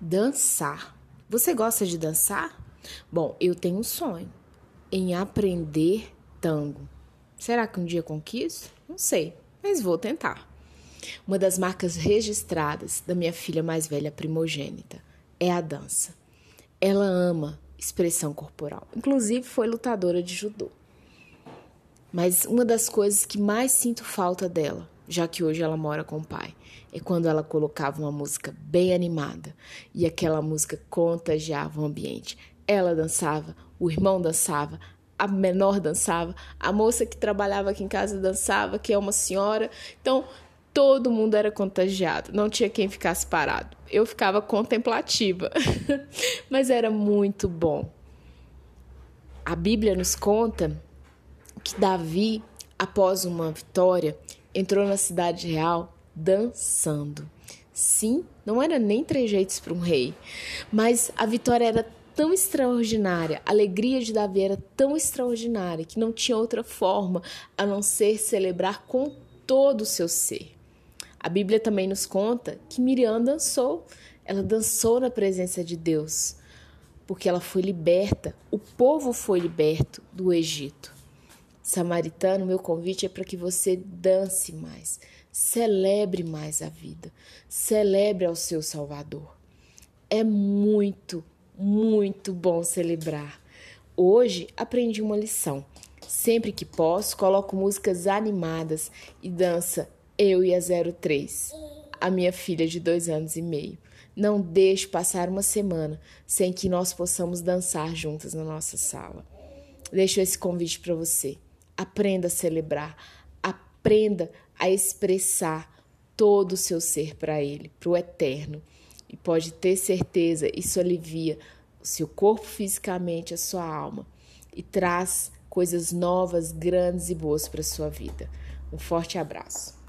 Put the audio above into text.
Dançar. Você gosta de dançar? Bom, eu tenho um sonho em aprender tango. Será que um dia conquisto? Não sei, mas vou tentar. Uma das marcas registradas da minha filha mais velha primogênita é a dança. Ela ama expressão corporal, inclusive foi lutadora de judô. Mas uma das coisas que mais sinto falta dela, já que hoje ela mora com o pai, é quando ela colocava uma música bem animada e aquela música contagiava o ambiente. Ela dançava, o irmão dançava, a menor dançava, a moça que trabalhava aqui em casa dançava, que é uma senhora. Então, todo mundo era contagiado, não tinha quem ficasse parado. Eu ficava contemplativa, mas era muito bom. A Bíblia nos conta que Davi, após uma vitória, entrou na cidade real dançando. Sim, não era nem trejeitos para um rei, mas a vitória era tão extraordinária, a alegria de Davi era tão extraordinária que não tinha outra forma a não ser celebrar com todo o seu ser. A Bíblia também nos conta que Miriam dançou, ela dançou na presença de Deus, porque ela foi liberta, o povo foi liberto do Egito. Samaritano, meu convite é para que você dance mais, celebre mais a vida, celebre ao seu Salvador. É muito, muito bom celebrar. Hoje aprendi uma lição. Sempre que posso, coloco músicas animadas e dança eu e a 03, a minha filha de 2 anos e meio. Não deixe passar uma semana sem que nós possamos dançar juntas na nossa sala. Deixo esse convite para você. Aprenda a celebrar, aprenda a expressar todo o seu ser para Ele, para o eterno. E pode ter certeza, isso alivia o seu corpo fisicamente, a sua alma. E traz coisas novas, grandes e boas para a sua vida. Um forte abraço.